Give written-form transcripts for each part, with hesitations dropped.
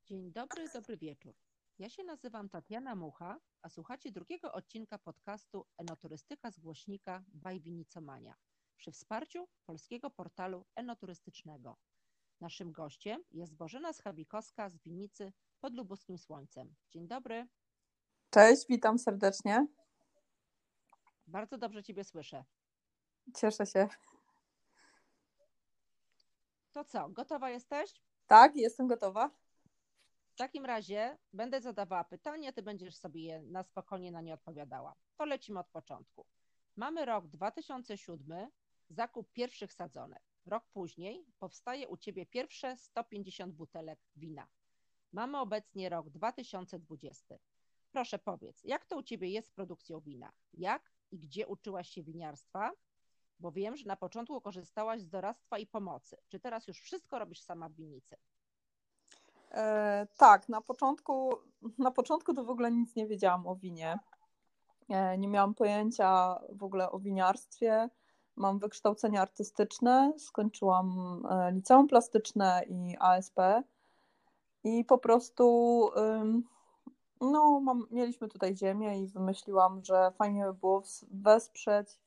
Dzień dobry, dobry wieczór. Ja się nazywam Tatiana Mucha, a słuchacie drugiego odcinka podcastu Enoturystyka z głośnika by Winicomania przy wsparciu polskiego portalu enoturystycznego. Naszym gościem jest Bożena Schabikowska z Winnicy pod Lubuskim Słońcem. Dzień dobry. Cześć, witam serdecznie. Bardzo dobrze Ciebie słyszę. Cieszę się. To co, gotowa jesteś? Tak, jestem gotowa. W takim razie będę zadawała pytania, Ty będziesz sobie na spokojnie na nie odpowiadała. To lecimy od początku. Mamy rok 2007, zakup pierwszych sadzonek. Rok później powstaje u Ciebie pierwsze 150 butelek wina. Mamy obecnie rok 2020. Proszę powiedz, jak to u Ciebie jest z produkcją wina? Jak i gdzie uczyłaś się winiarstwa? Bo wiem, że na początku korzystałaś z doradztwa i pomocy. Czy teraz już wszystko robisz sama w winnicy? Tak, na początku to w ogóle nic nie wiedziałam o winie. Nie miałam pojęcia w ogóle o winiarstwie. Mam wykształcenie artystyczne, skończyłam liceum plastyczne i ASP i po prostu mieliśmy tutaj ziemię i wymyśliłam, że fajnie by było wesprzeć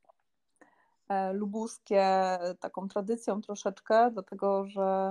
lubuskie taką tradycją troszeczkę, dlatego że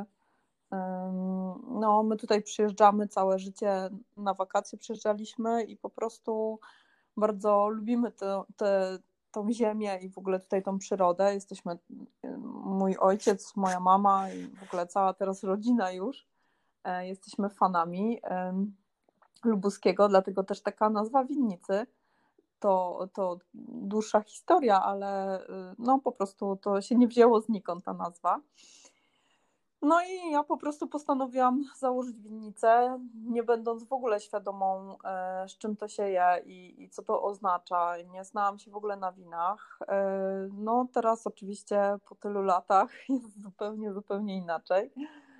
my tutaj przyjeżdżamy całe życie, na wakacje przyjeżdżaliśmy i po prostu bardzo lubimy tą ziemię i w ogóle tutaj tą przyrodę. Mój ojciec, moja mama i w ogóle cała teraz rodzina już, jesteśmy fanami lubuskiego, dlatego też taka nazwa winnicy. To dłuższa historia, ale po prostu to się nie wzięło znikąd ta nazwa. No i ja po prostu postanowiłam założyć winnicę, nie będąc w ogóle świadomą, z czym to się je i co to oznacza. Nie znałam się w ogóle na winach. No teraz oczywiście po tylu latach jest zupełnie inaczej.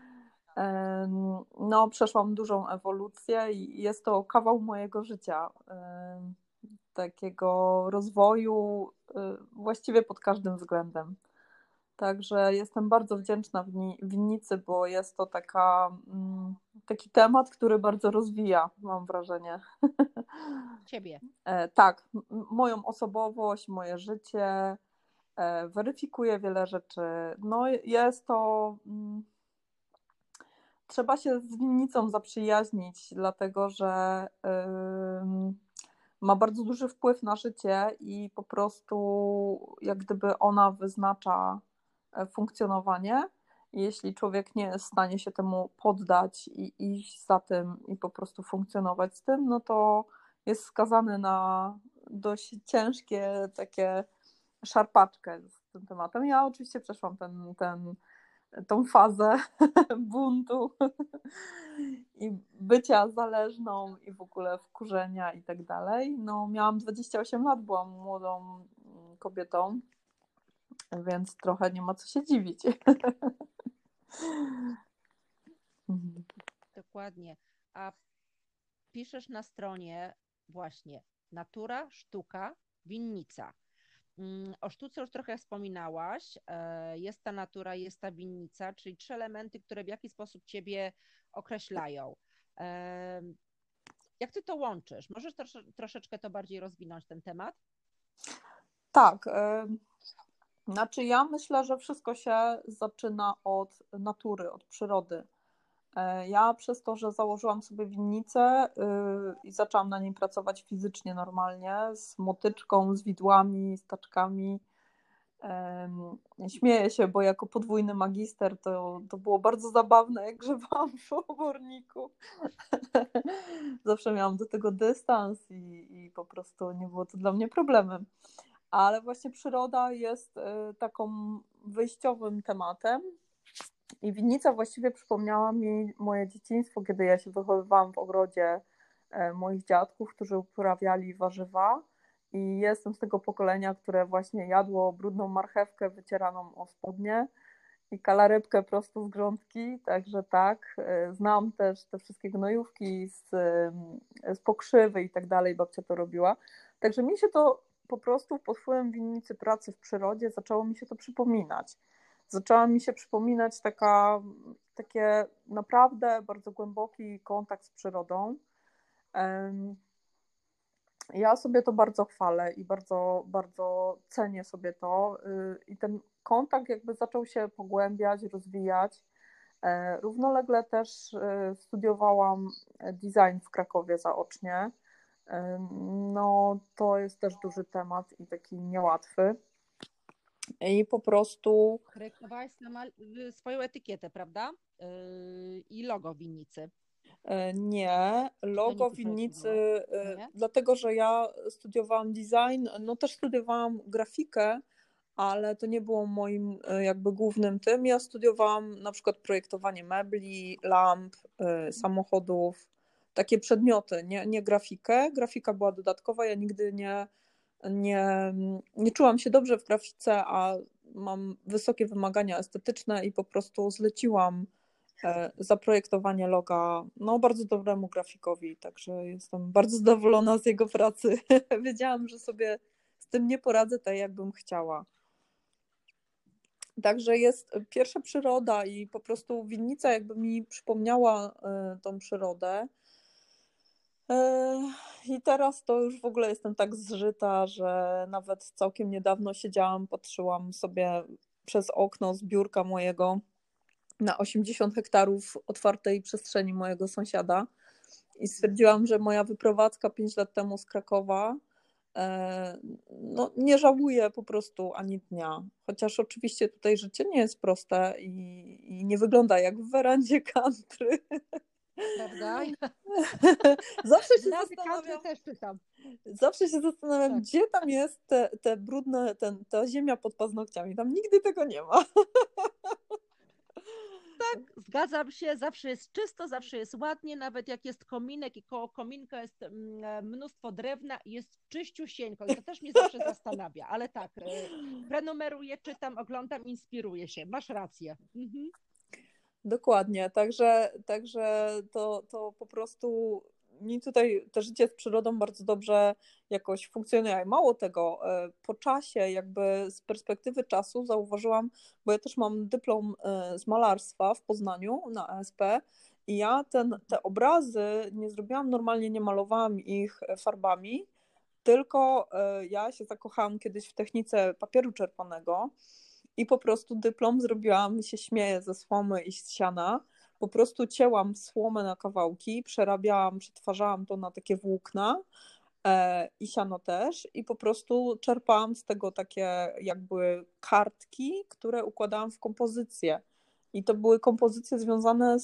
No przeszłam dużą ewolucję i jest to kawał mojego życia, takiego rozwoju właściwie pod każdym względem. Także jestem bardzo wdzięczna winnicy, bo jest to taki temat, który bardzo rozwija, mam wrażenie. Ciebie. Tak, moją osobowość, moje życie, weryfikuje wiele rzeczy. No jest to... Trzeba się z winnicą zaprzyjaźnić, dlatego że ma bardzo duży wpływ na życie i po prostu jak gdyby ona wyznacza funkcjonowanie. Jeśli człowiek nie jest w stanie się temu poddać i iść za tym i po prostu funkcjonować z tym, no to jest skazany na dość ciężkie takie szarpaczkę z tym tematem. Ja oczywiście przeszłam tą fazę buntu i bycia zależną i w ogóle wkurzenia i tak dalej. No miałam 28 lat, byłam młodą kobietą, więc trochę nie ma co się dziwić. Dokładnie. A piszesz na stronie właśnie natura, sztuka, winnica. O sztuce już trochę wspominałaś. Jest ta natura, jest ta winnica, czyli trzy elementy, które w jakiś sposób Ciebie określają. Jak Ty to łączysz? Możesz troszeczkę to bardziej rozwinąć, ten temat? Tak. Znaczy ja myślę, że wszystko się zaczyna od natury, od przyrody. Ja przez to, że założyłam sobie winnicę i zaczęłam na niej pracować fizycznie normalnie, z motyczką, z widłami, z taczkami. Śmieję się, bo jako podwójny magister to było bardzo zabawne, jak grzebałam w oborniku. Zawsze miałam do tego dystans i po prostu nie było to dla mnie problemem. Ale właśnie przyroda jest taką wyjściowym tematem. I winnica właściwie przypomniała mi moje dzieciństwo, kiedy ja się wychowywałam w ogrodzie moich dziadków, którzy uprawiali warzywa. I jestem z tego pokolenia, które właśnie jadło brudną marchewkę wycieraną o spodnie i kalarepkę prosto z grządki. Także tak, znam też te wszystkie gnojówki z pokrzywy i tak dalej, babcia to robiła. Także mi się to po prostu pod wpływem winnicy pracy w przyrodzie zaczęło mi się to przypominać. Zaczęła mi się przypominać taka takie naprawdę bardzo głęboki kontakt z przyrodą. Ja sobie to bardzo chwalę i bardzo, bardzo cenię sobie to. I ten kontakt jakby zaczął się pogłębiać, rozwijać. Równolegle też studiowałam design w Krakowie zaocznie. No, to jest też duży temat i taki niełatwy. I po prostu Projektowałaś sama swoją etykietę, prawda? I logo winnicy. nie, To nie logo ty winnicy, projektowałaś? Nie? dlatego że ja studiowałam design, no też studiowałam grafikę, ale to nie było moim jakby głównym tym. Ja studiowałam na przykład projektowanie mebli, lamp, samochodów, takie przedmioty, nie grafikę. Grafika była dodatkowa, ja nigdy nie czułam się dobrze w grafice, a mam wysokie wymagania estetyczne i po prostu zleciłam zaprojektowanie loga no, bardzo dobremu grafikowi, także jestem bardzo zadowolona z jego pracy. Wiedziałam, że sobie z tym nie poradzę tak, jakbym chciała. Także jest pierwsza przyroda i po prostu winnica jakby mi przypomniała tą przyrodę. I teraz to już w ogóle jestem tak zżyta, że nawet całkiem niedawno siedziałam, patrzyłam sobie przez okno z biurka mojego na 80 hektarów otwartej przestrzeni mojego sąsiada i stwierdziłam, że moja wyprowadzka 5 lat temu z Krakowa, no nie żałuję po prostu ani dnia. Chociaż oczywiście tutaj życie nie jest proste i nie wygląda jak w werandzie country. Prawda? Zawsze się Rady country zastanawiam, też czytam. Tak. gdzie tam jest te brudne, ta ziemia pod paznokciami. Tam nigdy tego nie ma. Zgadzam się, zawsze jest czysto, zawsze jest ładnie, nawet jak jest kominek i koło kominka jest mnóstwo drewna i jest czyściusieńko i to też mnie zawsze zastanawia, ale tak, prenumeruję, czytam, oglądam, inspiruję się, masz rację. Mhm. Dokładnie, także to po prostu mi tutaj to życie z przyrodą bardzo dobrze jakoś funkcjonuje. I mało tego, po czasie, jakby z perspektywy czasu zauważyłam, bo ja też mam dyplom z malarstwa w Poznaniu na ASP i ja te obrazy nie zrobiłam normalnie, nie malowałam ich farbami, tylko ja się zakochałam kiedyś w technice papieru czerwonego i po prostu dyplom zrobiłam, się śmieję, ze słomy i z siana. Po prostu cięłam słomę na kawałki, przerabiałam, przetwarzałam to na takie włókna i siano też i po prostu czerpałam z tego takie jakby kartki, które układałam w kompozycje. I to były kompozycje związane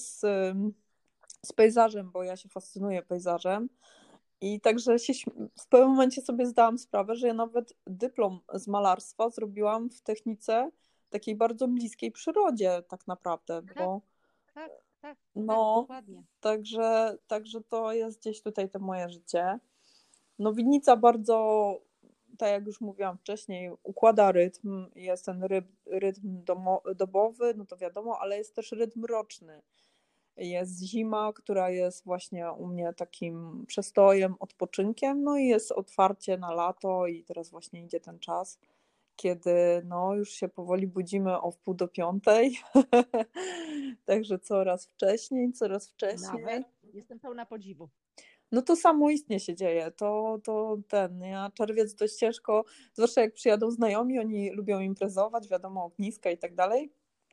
z pejzażem, bo ja się fascynuję pejzażem. I także w pewnym momencie sobie zdałam sprawę, że ja nawet dyplom z malarstwa zrobiłam w technice takiej bardzo bliskiej przyrodzie tak naprawdę, Tak, bo tak, tak, tak, no, dokładnie. także to jest gdzieś tutaj to moje życie. No winnica bardzo, tak jak już mówiłam wcześniej, układa rytm, jest ten rytm dobowy, no to wiadomo, ale jest też rytm roczny. Jest zima, która jest właśnie u mnie takim przestojem, odpoczynkiem, no i jest otwarcie na lato i teraz właśnie idzie ten czas, kiedy no już się powoli budzimy o 4:30, także coraz Nawet wcześniej. jestem pełna podziwu. No to samoistnie się dzieje, ja czerwiec dość ciężko, zwłaszcza jak przyjadą znajomi, oni lubią imprezować, wiadomo, ogniska i tak dalej.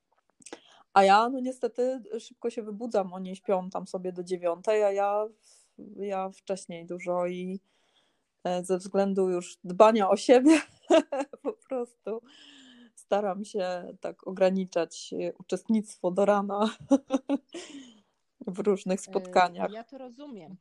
A ja no niestety szybko się wybudzam, oni śpią tam sobie do 9:00, a ja wcześniej dużo i ze względu już dbania o siebie po prostu staram się tak ograniczać uczestnictwo do rana w różnych spotkaniach. Ja to rozumiem,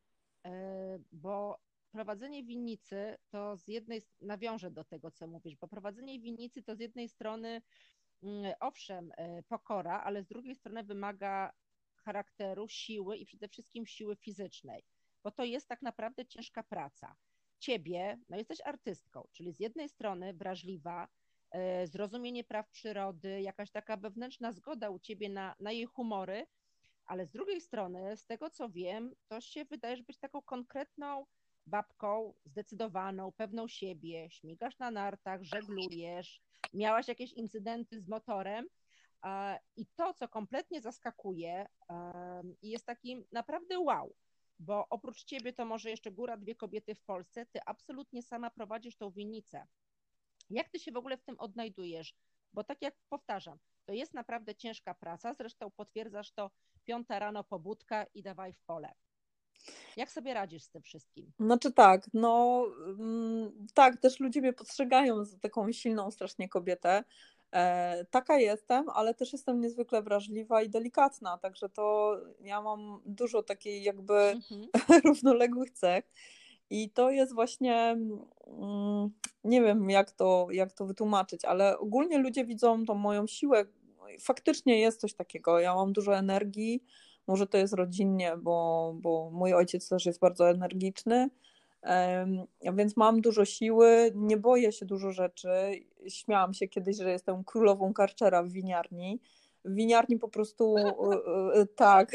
bo prowadzenie winnicy to z jednej, nawiążę do tego, co mówisz, bo prowadzenie winnicy to z jednej strony, owszem, pokora, ale z drugiej strony wymaga charakteru, siły i przede wszystkim siły fizycznej, bo to jest tak naprawdę ciężka praca. Ciebie, no jesteś artystką, czyli z jednej strony wrażliwa, zrozumienie praw przyrody, jakaś taka wewnętrzna zgoda u ciebie na jej humory, ale z drugiej strony, z tego co wiem, to się wydajesz być taką konkretną babką, zdecydowaną, pewną siebie, śmigasz na nartach, żeglujesz, miałaś jakieś incydenty z motorem, I to, co kompletnie zaskakuje i jest takim naprawdę wow, bo oprócz ciebie to może jeszcze góra, dwie kobiety w Polsce, ty absolutnie sama prowadzisz tą winnicę. Jak ty się w ogóle w tym odnajdujesz? Bo tak jak powtarzam, to jest naprawdę ciężka praca, zresztą potwierdzasz to 5 rano pobudka i dawaj w pole. Jak sobie radzisz z tym wszystkim? Znaczy tak, no tak, też ludzie mnie postrzegają za taką silną strasznie kobietę. Taka jestem, ale też jestem niezwykle wrażliwa i delikatna, także to ja mam dużo takiej jakby równoległych cech i to jest właśnie, nie wiem jak to wytłumaczyć, ale ogólnie ludzie widzą tą moją siłę. Faktycznie jest coś takiego, ja mam dużo energii, może to jest rodzinnie, bo mój ojciec też jest bardzo energiczny, więc mam dużo siły, nie boję się dużo rzeczy. Śmiałam się kiedyś, że jestem królową karczera w winiarni. W winiarni po prostu tak.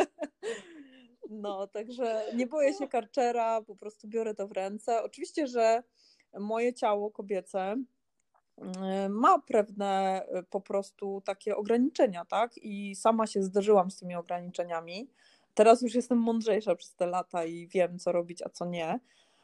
No, także nie boję się karczera, po prostu biorę to w ręce. Oczywiście, że moje ciało kobiece ma pewne po prostu takie ograniczenia, tak? I sama się zderzyłam z tymi ograniczeniami. Teraz już jestem mądrzejsza przez te lata i wiem, co robić, a co nie.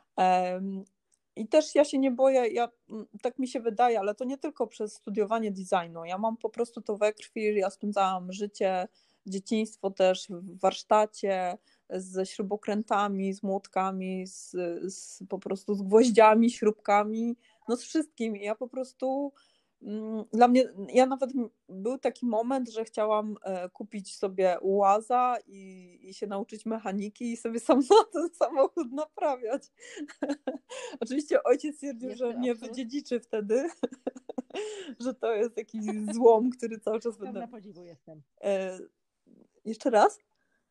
I też ja się nie boję, tak mi się wydaje, ale to nie tylko przez studiowanie designu. Ja mam po prostu to we krwi, ja spędzałam życie, dzieciństwo też w warsztacie, ze śrubokrętami, z młotkami, po prostu z gwoździami, śrubkami, no z wszystkim. I ja po prostu, dla mnie, nawet był taki moment, że chciałam kupić sobie УАЗa i się nauczyć mechaniki i sobie sam na ten samochód naprawiać. Oczywiście ojciec stwierdził, że mnie wydziedziczy wtedy, że to jest jakiś złom, który cały czas Pełna podziwu jestem. Jeszcze raz?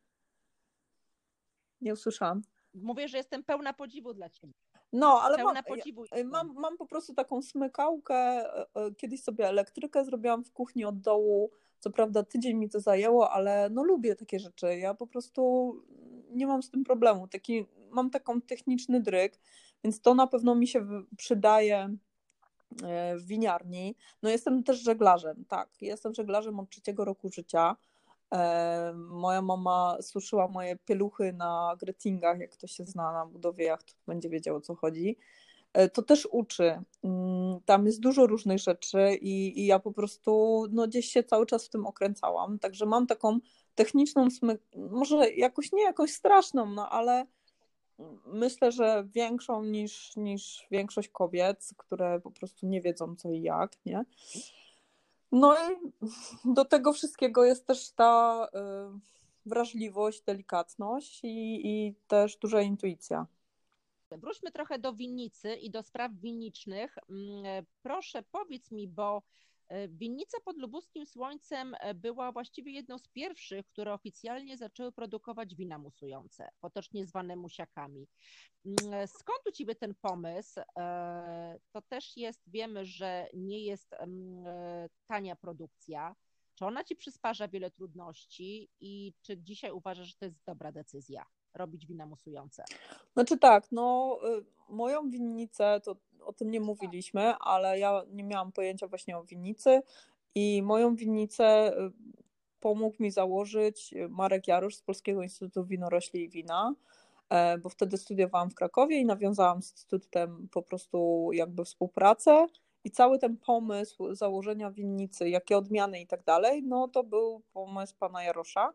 Nie usłyszałam. Mówię, że jestem pełna podziwu dla ciebie. No, ale mam po prostu taką smykałkę. Kiedyś sobie elektrykę zrobiłam w kuchni od dołu. Co prawda tydzień mi to zajęło, ale no lubię takie rzeczy. Ja po prostu nie mam z tym problemu. Mam taką techniczny dryg, więc to na pewno mi się przydaje w winiarni. No jestem też żeglarzem, tak. Jestem żeglarzem od 3 roku życia. Moja mama suszyła moje pieluchy na grettingach, jak ktoś się zna na budowie jacht, będzie wiedział, o co chodzi. To też uczy. Tam jest dużo różnych rzeczy i ja po prostu no, gdzieś się cały czas w tym okręcałam, także mam taką techniczną, może jakoś nie jakąś straszną, no ale myślę, że większą niż większość kobiet, które po prostu nie wiedzą co i jak, nie? No i do tego wszystkiego jest też ta wrażliwość, delikatność i też duża intuicja. Wróćmy trochę do winnicy i do spraw winnicznych. Proszę powiedz mi, bo winnica pod lubuskim słońcem była właściwie jedną z pierwszych, które oficjalnie zaczęły produkować wina musujące, potocznie zwane musiakami. Skąd u ciebie ten pomysł? To też jest, wiemy, że nie jest tania produkcja. Czy ona ci przysparza wiele trudności i czy dzisiaj uważasz, że to jest dobra decyzja? Robić wina musujące. Znaczy tak, no moją winnicę, to o tym nie mówiliśmy, ale ja nie miałam pojęcia właśnie o winnicy i moją winnicę pomógł mi założyć Marek Jarosz z Polskiego Instytutu Winorośli i Wina, bo wtedy studiowałam w Krakowie i nawiązałam z instytutem po prostu jakby współpracę i cały ten pomysł założenia winnicy, jakie odmiany i tak dalej, no to był pomysł pana Jarosza.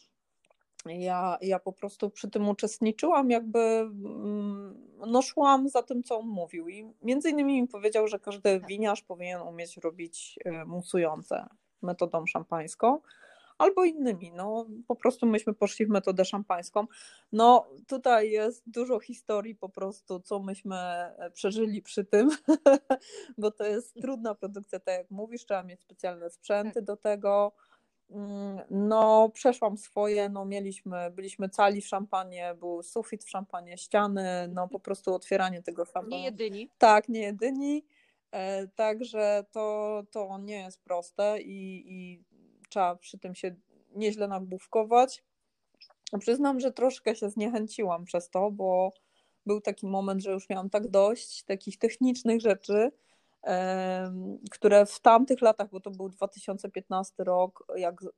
Ja po prostu przy tym uczestniczyłam, jakby no szłam za tym, co on mówił i między innymi mi powiedział, że każdy winiarz powinien umieć robić musujące metodą szampańską albo innymi, no po prostu myśmy poszli w metodę szampańską. No tutaj jest dużo historii po prostu, co myśmy przeżyli przy tym, bo to jest trudna produkcja, tak jak mówisz, trzeba mieć specjalne sprzęty do tego. No, przeszłam swoje, no byliśmy cali w szampanie, był sufit w szampanie, ściany, no po prostu otwieranie tego szampana. Nie jedyni. Tak, nie jedyni, także to nie jest proste i trzeba przy tym się nieźle nagłówkować. Przyznam, że troszkę się zniechęciłam przez to, bo był taki moment, że już miałam tak dość takich technicznych rzeczy, które w tamtych latach, bo to był 2015 rok,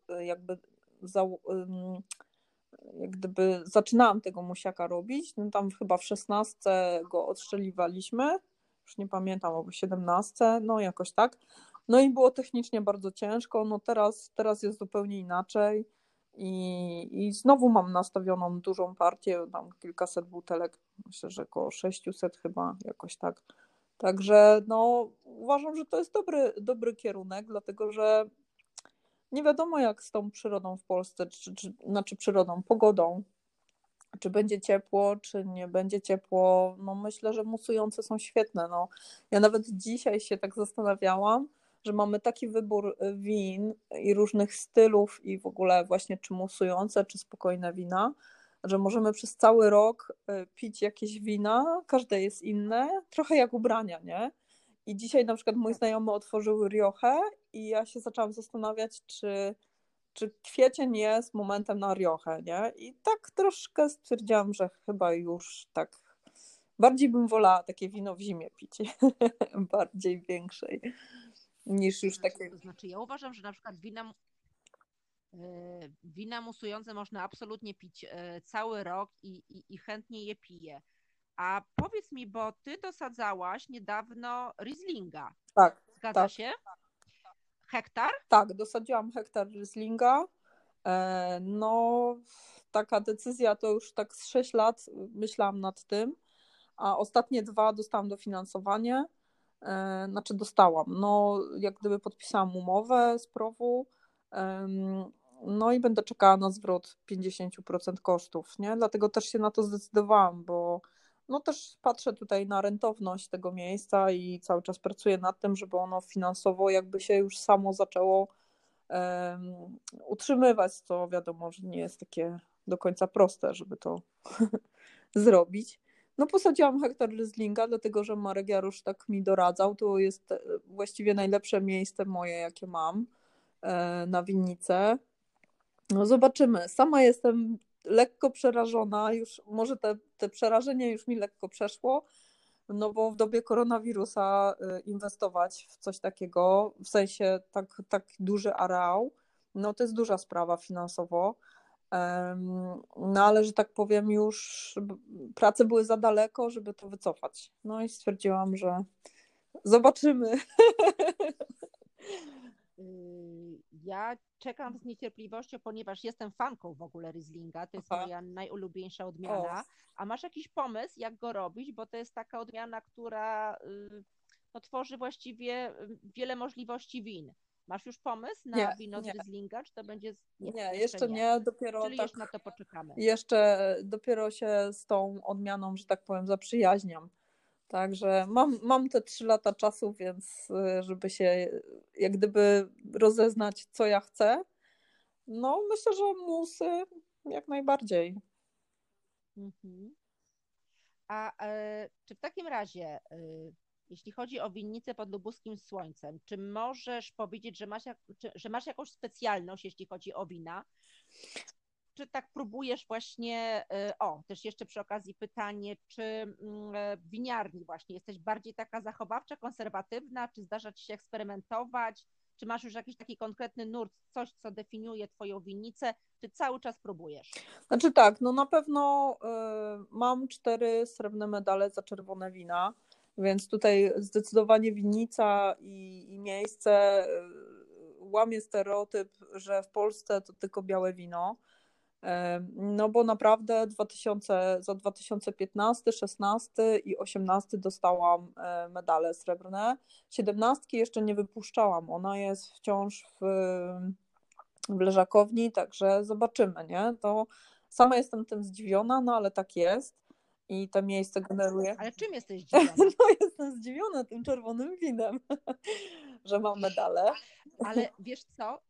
jak gdyby zaczynałam tego musiaka robić, no tam chyba w 16 go odstrzeliwaliśmy, już nie pamiętam, albo w 17, no jakoś tak. No i było technicznie bardzo ciężko, no teraz jest zupełnie inaczej i znowu mam nastawioną dużą partię, tam kilkaset butelek, myślę, że około 600 chyba, jakoś tak. Także no uważam, że to jest dobry kierunek, dlatego że nie wiadomo jak z tą przyrodą w Polsce, znaczy przyrodą, pogodą, czy będzie ciepło, czy nie będzie ciepło. No myślę, że musujące są świetne. No, ja nawet dzisiaj się tak zastanawiałam, że mamy taki wybór win i różnych stylów i w ogóle właśnie czy musujące, czy spokojne wina, że możemy przez cały rok pić jakieś wina, każde jest inne, trochę jak ubrania, nie? I dzisiaj na przykład mój znajomy otworzył Riochę i ja się zaczęłam zastanawiać, czy kwiecień jest momentem na riochę, nie? I tak troszkę stwierdziłam, że chyba już tak bardziej bym wolała takie wino w zimie pić, bardziej większej niż już takie. To znaczy ja uważam, że na przykład wina musujące można absolutnie pić cały rok i chętnie je piję. A powiedz mi, bo ty dosadzałaś niedawno Rieslinga. Tak, Zgadza tak, się? Hektar? tak, dosadziłam hektar Rieslinga. No, taka decyzja to już tak z 6 lat myślałam nad tym, a ostatnie 2 dostałam dofinansowanie, znaczy dostałam, no jak gdyby podpisałam umowę z PROW-u, no i będę czekała na zwrot 50% kosztów, nie? Dlatego też się na to zdecydowałam, bo no też patrzę tutaj na rentowność tego miejsca i cały czas pracuję nad tym, żeby ono finansowo jakby się już samo zaczęło utrzymywać, co wiadomo, że nie jest takie do końca proste, żeby to zrobić. No posadziłam hektar Rieslinga, dlatego że Marek Jarusz tak mi doradzał. To jest właściwie najlepsze miejsce moje, jakie mam na winnicę. No zobaczymy. Sama jestem lekko przerażona, już może te przerażenie już mi lekko przeszło, no bo w dobie koronawirusa inwestować w coś takiego, w sensie tak duży areał, no to jest duża sprawa finansowo. No ale, że tak powiem, już prace były za daleko, żeby to wycofać. No i stwierdziłam, że zobaczymy. Ja czekam z niecierpliwością, ponieważ jestem fanką w ogóle Rieslinga. To jest Aha. moja najulubieńsza O, odmiana. A masz jakiś pomysł, jak go robić? Bo to jest taka odmiana, która no, tworzy właściwie wiele możliwości win. Masz już pomysł na nie, wino z nie, Rieslinga? Czy to będzie... Nie, nie, jeszcze jeszcze nie. nie, dopiero Czyli jeszcze na tak, to poczekamy. jeszcze dopiero się z tą odmianą, że tak powiem, zaprzyjaźniam. Także mam te 3 lata czasu, więc żeby się jak gdyby rozeznać, co ja chcę, no myślę, że musy jak najbardziej. Mhm. A czy w takim razie, jeśli chodzi o winnicę pod lubuskim słońcem, czy możesz powiedzieć, że masz jakąś specjalność, jeśli chodzi o wina? Czy tak próbujesz właśnie, też jeszcze przy okazji pytanie, czy w winiarni właśnie jesteś bardziej taka zachowawcza, konserwatywna, czy zdarza ci się eksperymentować, czy masz już jakiś taki konkretny nurt, coś, co definiuje twoją winnicę, czy cały czas próbujesz? Znaczy tak, no na pewno mam 4 srebrne medale za czerwone wina, więc tutaj zdecydowanie winnica i miejsce łamie stereotyp, że w Polsce to tylko białe wino. No bo naprawdę za 2015, 16 i 18 dostałam medale srebrne. 17 jeszcze nie wypuszczałam, ona jest wciąż w leżakowni, także zobaczymy, nie? To sama jestem tym zdziwiona, no ale tak jest i to miejsce generuje. Ale czym jesteś zdziwiona? No jestem zdziwiona tym czerwonym winem, że mam medale. Ale wiesz co?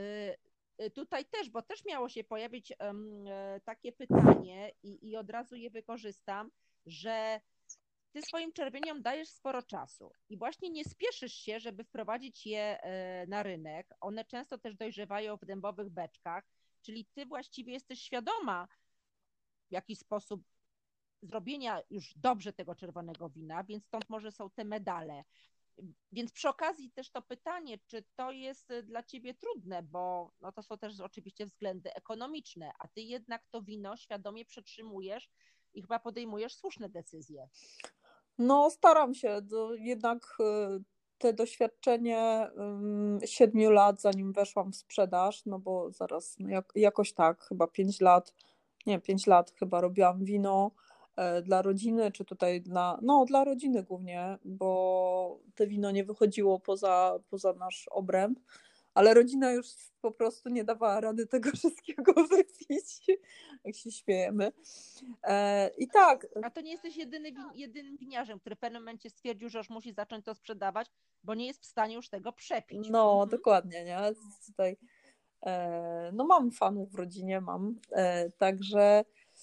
Tutaj też, bo też miało się pojawić takie pytanie i od razu je wykorzystam, że ty swoim czerwieniom dajesz sporo czasu i właśnie nie spieszysz się, żeby wprowadzić je na rynek. One często też dojrzewają w dębowych beczkach, czyli ty właściwie jesteś świadoma, w jaki sposób zrobienia już dobrze tego czerwonego wina, więc stąd może są te medale. Więc przy okazji też to pytanie, czy to jest dla ciebie trudne, bo no to są też oczywiście względy ekonomiczne, a ty jednak to wino świadomie przetrzymujesz i chyba podejmujesz słuszne decyzje. No, staram się. Jednak te doświadczenie 7 lat, zanim weszłam w sprzedaż, no bo zaraz, no jakoś tak, chyba 5 lat, nie, 5 lat chyba robiłam wino dla rodziny, czy tutaj dla rodziny głównie, bo te wino nie wychodziło poza nasz obręb, ale rodzina już po prostu nie dawała rady tego wszystkiego wypić, jak się śmiejemy. I tak. A to nie jesteś jedynym winiarzem, który w pewnym momencie stwierdził, że już musi zacząć to sprzedawać, bo nie jest w stanie już tego przepić. No, dokładnie, nie? Tutaj, no mam fanów w rodzinie, także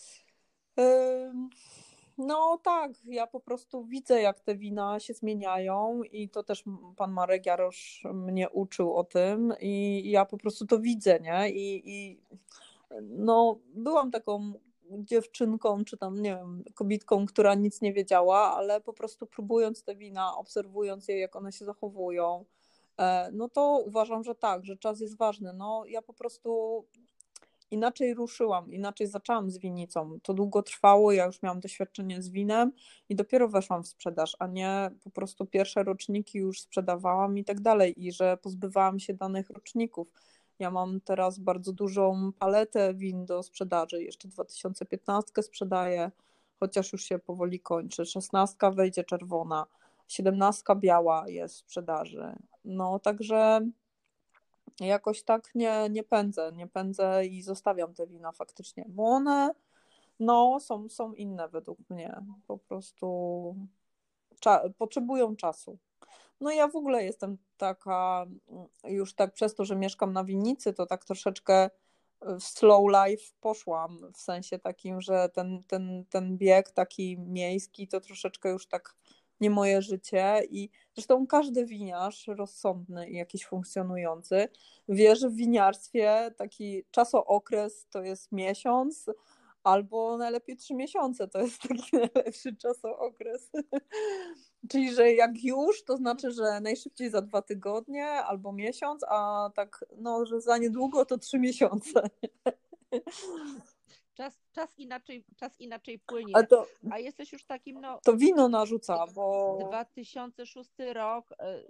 no tak, ja po prostu widzę, jak te wina się zmieniają i to też pan Marek Jarosz mnie uczył o tym i ja po prostu to widzę, nie? I no byłam taką dziewczynką, czy tam, nie wiem, kobietką, która nic nie wiedziała, ale po prostu próbując te wina, obserwując je, jak one się zachowują, no to uważam, że tak, że czas jest ważny. No ja po prostu inaczej ruszyłam, inaczej zaczęłam z winnicą. To długo trwało, ja już miałam doświadczenie z winem i dopiero weszłam w sprzedaż, a nie po prostu pierwsze roczniki już sprzedawałam i tak dalej i że pozbywałam się danych roczników. Ja mam teraz bardzo dużą paletę win do sprzedaży. Jeszcze 2015 sprzedaję, chociaż już się powoli kończy. 16 wejdzie czerwona, 17 biała jest w sprzedaży. No także jakoś tak nie pędzę i zostawiam te wina faktycznie, bo one no, są inne według mnie. Po prostu potrzebują czasu. No ja w ogóle jestem taka, już tak przez to, że mieszkam na winnicy, to tak troszeczkę w slow life poszłam, w sensie takim, że ten bieg taki miejski to troszeczkę już tak nie moje życie i zresztą każdy winiarz rozsądny i jakiś funkcjonujący wie, że w winiarstwie taki czasookres to jest miesiąc, albo najlepiej 3 miesiące, to jest taki najlepszy czasookres. Czyli, że jak już, to znaczy, że najszybciej za 2 tygodnie albo miesiąc, a tak, no, że za niedługo to 3 miesiące. Czas inaczej płynie. Ale A jesteś już takim, no, to wino narzuca, bo 2006 rok.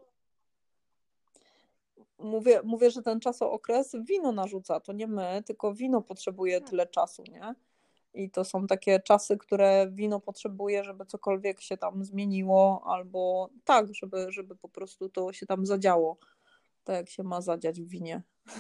mówię, że ten czasookres wino narzuca, to nie my, tylko wino potrzebuje tyle czasu, nie? I to są takie czasy, które wino potrzebuje, żeby cokolwiek się tam zmieniło, albo tak, żeby po prostu to się tam zadziało, tak jak się ma zadziać w winie.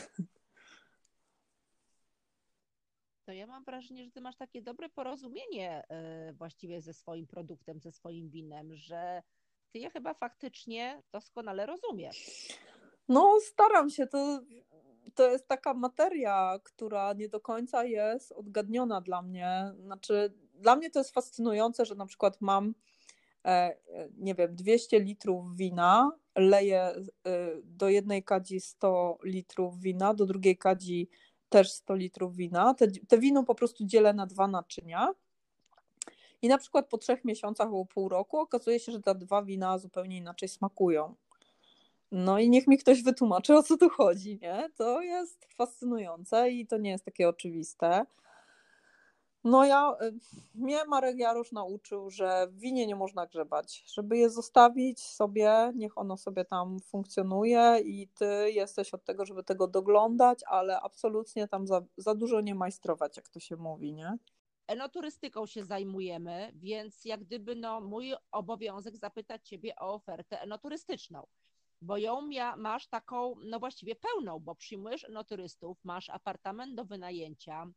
To ja mam wrażenie, że ty masz takie dobre porozumienie właściwie ze swoim produktem, ze swoim winem, że ty je chyba faktycznie doskonale rozumiesz. No, staram się. To jest taka materia, która nie do końca jest odgadniona dla mnie. Znaczy, dla mnie to jest fascynujące, że na przykład mam, nie wiem, 200 litrów wina, leję do jednej kadzi 100 litrów wina, do drugiej kadzi też 100 litrów wina. Te wino po prostu dzielę na 2 naczynia. I na przykład po 3 miesiącach albo pół roku okazuje się, że te dwa wina zupełnie inaczej smakują. No i niech mi ktoś wytłumaczy, o co tu chodzi, nie? To jest fascynujące i to nie jest takie oczywiste. No mnie Marek Jarosz nauczył, że w winie nie można grzebać, żeby je zostawić sobie, niech ono sobie tam funkcjonuje i ty jesteś od tego, żeby tego doglądać, ale absolutnie tam za dużo nie majstrować, jak to się mówi, nie? Enoturystyką się zajmujemy, więc jak gdyby no, mój obowiązek zapytać ciebie o ofertę enoturystyczną, bo ją masz taką, no właściwie pełną, bo przyjmujesz enoturystów, masz apartament do wynajęcia,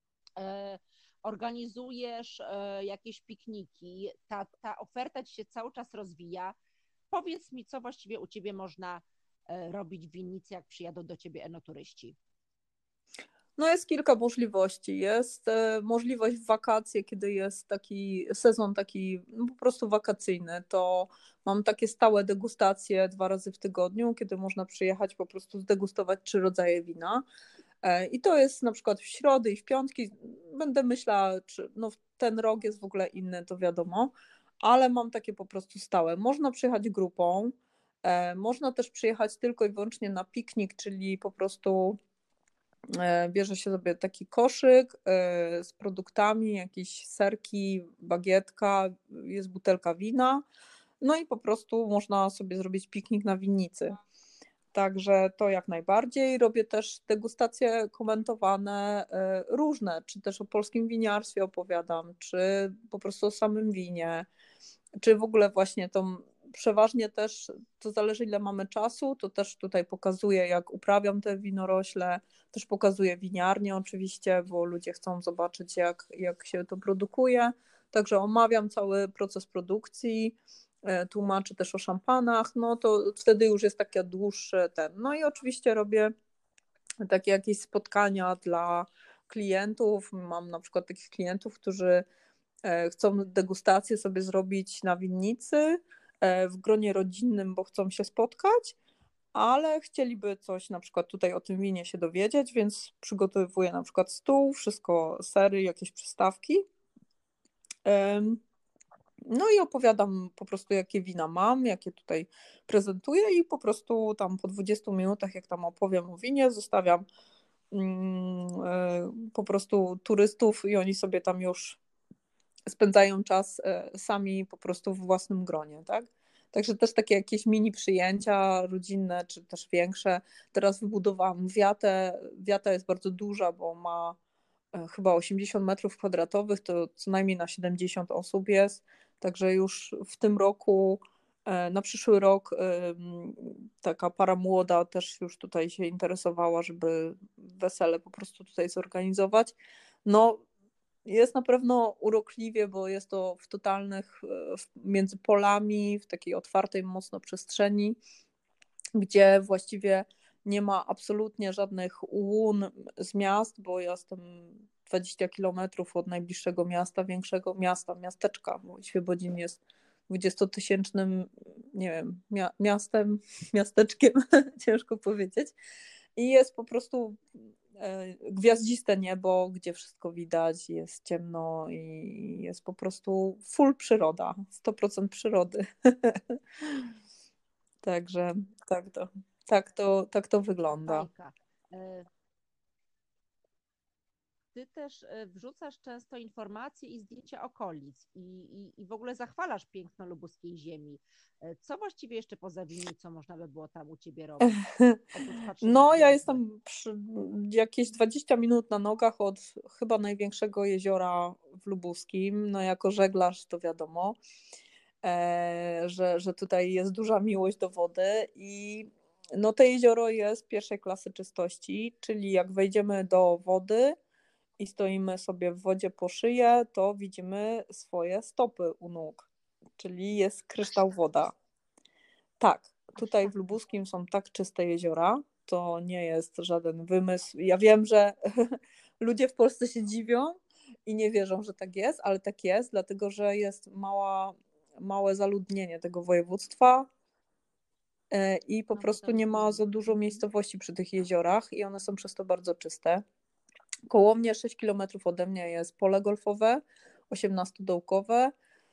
organizujesz jakieś pikniki, ta oferta ci się cały czas rozwija. Powiedz mi, co właściwie u ciebie można robić w winnicy, jak przyjadą do ciebie enoturyści? No jest kilka możliwości. Jest możliwość w wakacje, kiedy jest taki sezon taki no po prostu wakacyjny, to mam takie stałe degustacje 2 razy w tygodniu, kiedy można przyjechać po prostu zdegustować 3 rodzaje wina. I to jest na przykład w środy i w piątki. Będę myślała, czy no ten rok jest w ogóle inny, to wiadomo, ale mam takie po prostu stałe. Można przyjechać grupą, Można też przyjechać tylko i wyłącznie na piknik, czyli po prostu bierze się sobie taki koszyk z produktami, jakieś serki, bagietka, jest butelka wina, no i po prostu można sobie zrobić piknik na winnicy. Także to jak najbardziej. Robię też degustacje komentowane różne, czy też o polskim winiarstwie opowiadam, czy po prostu o samym winie, czy w ogóle właśnie tą przeważnie też, to zależy ile mamy czasu, to też tutaj pokazuję jak uprawiam te winorośle, też pokazuję winiarnię oczywiście, bo ludzie chcą zobaczyć jak się to produkuje, także omawiam cały proces produkcji, tłumaczę też o szampanach, no to wtedy już jest takie dłuższe ten. No i oczywiście robię takie jakieś spotkania dla klientów. Mam na przykład takich klientów, którzy chcą degustację sobie zrobić na winnicy w gronie rodzinnym, bo chcą się spotkać, ale chcieliby coś na przykład tutaj o tym winie się dowiedzieć, więc przygotowuję na przykład stół, wszystko, sery, jakieś przystawki. No i opowiadam po prostu, jakie wina mam, jakie tutaj prezentuję i po prostu tam po 20 minutach, jak tam opowiem o winie, zostawiam po prostu turystów i oni sobie tam już spędzają czas sami po prostu w własnym gronie, tak? Także też takie jakieś mini przyjęcia rodzinne, czy też większe. Teraz wybudowałam wiatę. Wiata jest bardzo duża, bo ma chyba 80 metrów kwadratowych, to co najmniej na 70 osób jest. Także już w tym roku, na przyszły rok, taka para młoda też już tutaj się interesowała, żeby wesele po prostu tutaj zorganizować. No, jest na pewno urokliwie, bo jest to w totalnych, między polami, w takiej otwartej mocno przestrzeni, gdzie właściwie nie ma absolutnie żadnych łun z miast, bo ja jestem 20 kilometrów od najbliższego miasta, większego miasta, miasteczka, bo Świebodzin jest 20-tysięcznym, nie wiem, miastem, miasteczkiem, ciężko powiedzieć. I jest po prostu gwiaździste niebo, gdzie wszystko widać, jest ciemno i jest po prostu full przyroda, 100% przyrody. Także tak to wygląda. Bajka. Ty też wrzucasz często informacje i zdjęcia okolic i w ogóle zachwalasz piękno lubuskiej ziemi. Co właściwie jeszcze poza winnicą można by było tam u ciebie robić? Oprócz patrzenia w No, ja gwiazdy. jestem jakieś 20 minut na nogach od chyba największego jeziora w Lubuskim. No, jako żeglarz to wiadomo, że tutaj jest duża miłość do wody i no, to jezioro jest pierwszej klasy czystości, czyli jak wejdziemy do wody i stoimy sobie w wodzie po szyję, to widzimy swoje stopy u nóg, czyli jest kryształ woda. Tak, tutaj w Lubuskim są tak czyste jeziora, to nie jest żaden wymysł. Ja wiem, że ludzie w Polsce się dziwią i nie wierzą, że tak jest, ale tak jest, dlatego że jest małe zaludnienie tego województwa i po No bo prostu tam nie ma za dużo miejscowości przy tych jeziorach i one są przez to bardzo czyste. Koło mnie 6 kilometrów ode mnie jest pole golfowe, 18-dołkowe.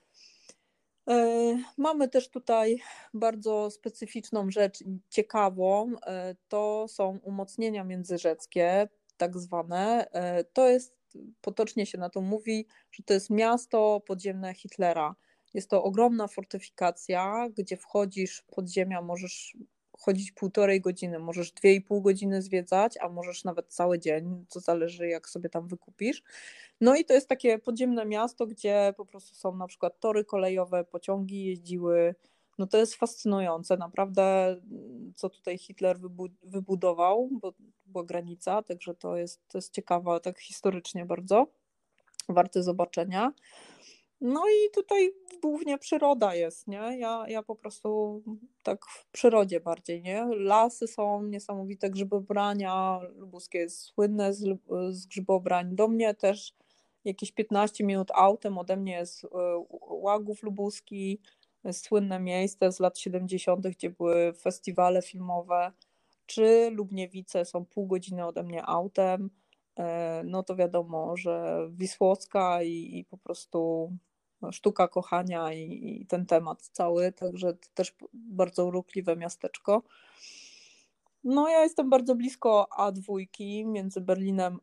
Mamy też tutaj bardzo specyficzną rzecz, ciekawą, to są umocnienia międzyrzeckie, tak zwane. To jest, potocznie się na to mówi, że to jest miasto podziemne Hitlera. Jest to ogromna fortyfikacja, gdzie wchodzisz pod ziemię, możesz chodzić 1,5 godziny, możesz 2,5 godziny zwiedzać, a możesz nawet cały dzień, to zależy jak sobie tam wykupisz. No i to jest takie podziemne miasto, gdzie po prostu są na przykład tory kolejowe, pociągi jeździły. No to jest fascynujące, naprawdę, co tutaj Hitler wybudował, bo była granica, także to jest ciekawe, tak historycznie bardzo, warte zobaczenia. No i tutaj głównie przyroda jest, nie? Ja po prostu tak w przyrodzie bardziej, nie? Lasy są niesamowite, grzybobrania, lubuskie jest słynne z grzybobrań. Do mnie też jakieś 15 minut autem ode mnie jest Łagów Lubuski, słynne miejsce z lat 70., gdzie były festiwale filmowe, czy Lubniewice są 0,5 godziny ode mnie autem. No to wiadomo, że Wisłocka i po prostu Sztuka kochania i ten temat cały, także to też bardzo urokliwe miasteczko. No ja jestem bardzo blisko A2, między Berlinem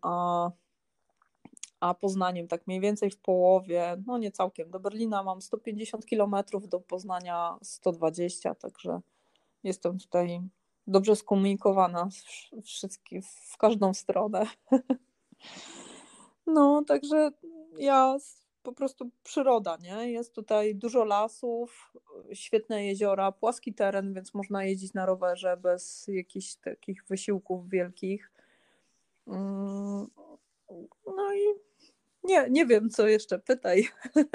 a Poznaniem, tak mniej więcej w połowie, no nie całkiem. Do Berlina mam 150 kilometrów, do Poznania 120, także jestem tutaj dobrze skomunikowana w każdą stronę. No, także po prostu przyroda, nie? Jest tutaj dużo lasów, świetne jeziora, płaski teren, więc można jeździć na rowerze bez jakichś takich wysiłków wielkich. No i nie wiem, co jeszcze, pytaj.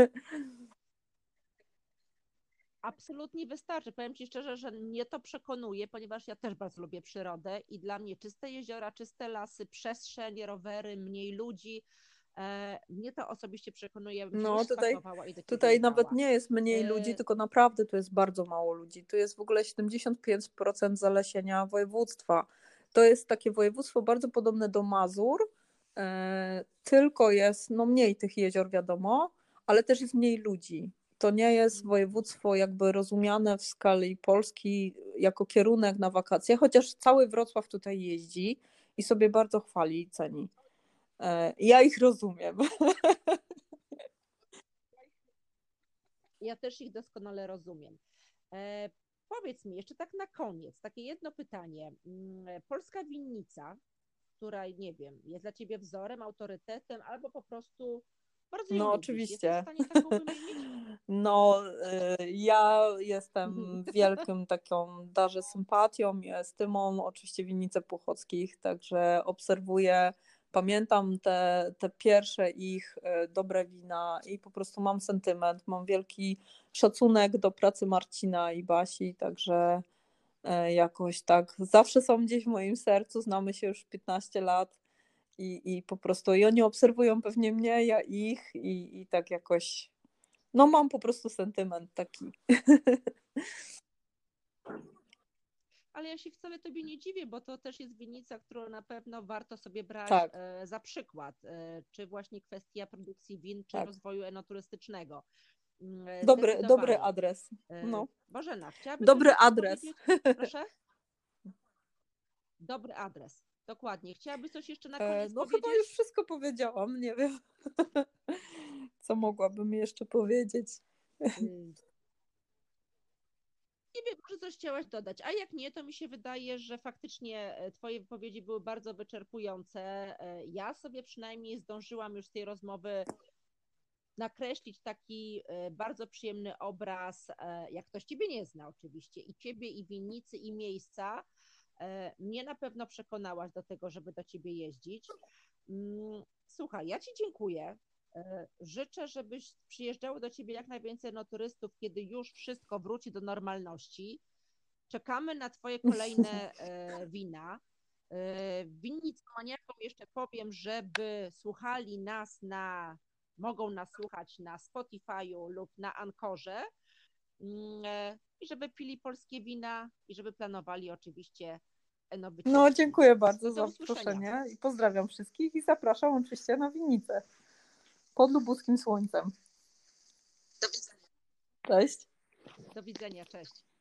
Absolutnie wystarczy. Powiem Ci szczerze, że mnie to przekonuje, ponieważ ja też bardzo lubię przyrodę i dla mnie czyste jeziora, czyste lasy, przestrzeń, rowery, mniej ludzi. Mnie to osobiście przekonuje, ja bym się już No spakowała i do Ciebie tutaj nawet jechała. nie jest mniej ludzi, tylko naprawdę tu jest bardzo mało ludzi. Tu jest w ogóle 75% zalesienia województwa. To jest takie województwo bardzo podobne do Mazur, tylko jest no mniej tych jezior, wiadomo, ale też jest mniej ludzi. To nie jest województwo jakby rozumiane w skali Polski jako kierunek na wakacje, chociaż cały Wrocław tutaj jeździ i sobie bardzo chwali i ceni. Ja ich rozumiem. Ja też ich doskonale rozumiem. Powiedz mi jeszcze tak na koniec, takie jedno pytanie. Polska winnica, która, nie wiem, jest dla Ciebie wzorem, autorytetem, albo po prostu bardzo ją No lubisz. Jesteś w oczywiście. stanie taką wymienić? No ja jestem wielkim taką darzę sympatią i estymą oczywiście winnice Puchockich, także obserwuję, pamiętam te pierwsze ich dobre wina i po prostu mam sentyment, mam wielki szacunek do pracy Marcina i Basi, także jakoś tak zawsze są gdzieś w moim sercu, znamy się już 15 lat i po prostu i oni obserwują pewnie mnie, ja ich i tak jakoś no mam po prostu sentyment taki. Ale ja się wcale Tobie nie dziwię, bo to też jest winnica, którą na pewno warto sobie brać Tak, za przykład, czy właśnie kwestia produkcji win, czy tak. rozwoju enoturystycznego. Dobry Zdecydowanie. adres. No. Bożena, chciałabyś coś Dobry jeszcze adres. powiedzieć? Proszę? Dobry adres. Dokładnie. Chciałabyś coś jeszcze na koniec No chyba już powiedzieć? wszystko powiedziałam, nie wiem. Co mogłabym jeszcze powiedzieć? Y, Nie wiem, może coś chciałaś dodać, a jak nie, to mi się wydaje, że faktycznie Twoje wypowiedzi były bardzo wyczerpujące. Ja sobie przynajmniej zdążyłam już z tej rozmowy nakreślić taki bardzo przyjemny obraz, jak ktoś Ciebie nie zna oczywiście, i Ciebie, i winnicy, i miejsca. Mnie na pewno przekonałaś do tego, żeby do Ciebie jeździć. Słuchaj, ja Ci dziękuję. Życzę, żebyś przyjeżdżały do Ciebie jak najwięcej no turystów, kiedy już wszystko wróci do normalności. Czekamy na Twoje kolejne wina. Winnicą maniakom jeszcze powiem, żeby słuchali nas mogą nas słuchać na Spotify'u lub na Ankorze i żeby pili polskie wina i żeby planowali oczywiście No enowycieczki. dziękuję bardzo Do za usłyszenia. zaproszenie i pozdrawiam wszystkich i zapraszam oczywiście na winnicę pod lubuskim słońcem. Do widzenia. Cześć. Do widzenia, cześć.